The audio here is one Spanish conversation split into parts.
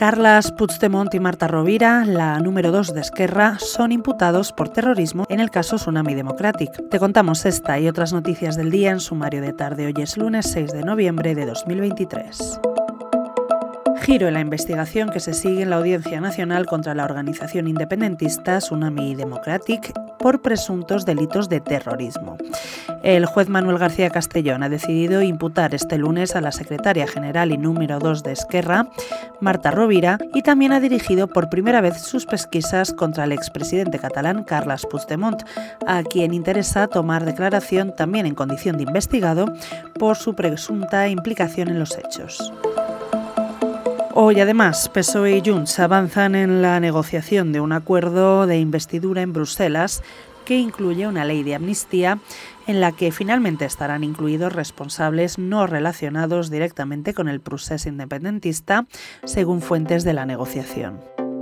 Carles Puigdemont y Marta Rovira, la número 2 de Esquerra, son imputados por terrorismo en el caso Tsunami Democratic. Te contamos esta y otras noticias del día en Sumario de Tarde. Hoy es lunes 6 de noviembre de 2023. Giro en la investigación que se sigue en la Audiencia Nacional contra la organización independentista Tsunami Democratic por presuntos delitos de terrorismo. El juez Manuel García Castellón ha decidido imputar este lunes a la secretaria general y número 2 de Esquerra, Marta Rovira, y también ha dirigido por primera vez sus pesquisas contra el expresidente catalán Carles Puigdemont, a quien interesa tomar declaración también en condición de investigado por su presunta implicación en los hechos. Hoy, además, PSOE y Junts avanzan en la negociación de un acuerdo de investidura en Bruselas que incluye una ley de amnistía en la que finalmente estarán incluidos responsables no relacionados directamente con el procés independentista, según fuentes de la negociación.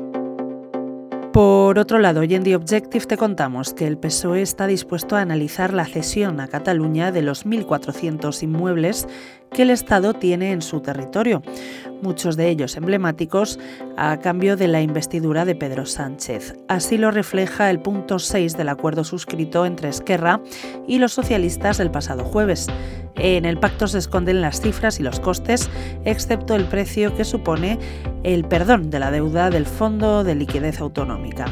Por otro lado, hoy en The Objective te contamos que el PSOE está dispuesto a analizar la cesión a Cataluña de los 1.400 inmuebles que el Estado tiene en su territorio, muchos de ellos emblemáticos, a cambio de la investidura de Pedro Sánchez. Así lo refleja el punto 6 del acuerdo suscrito entre Esquerra y los socialistas el pasado jueves. En el pacto se esconden las cifras y los costes, excepto el precio que supone el perdón de la deuda del Fondo de Liquidez Autonómica.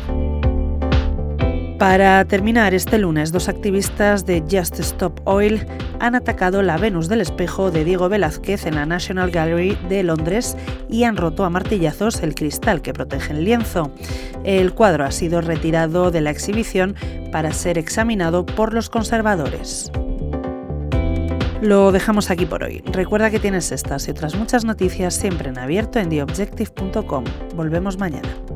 Para terminar, este lunes, dos activistas de Just Stop Oil han atacado la Venus del espejo de Diego Velázquez en la National Gallery de Londres y han roto a martillazos el cristal que protege el lienzo. El cuadro ha sido retirado de la exhibición para ser examinado por los conservadores. Lo dejamos aquí por hoy. Recuerda que tienes estas y otras muchas noticias siempre en abierto en theobjective.com. Volvemos mañana.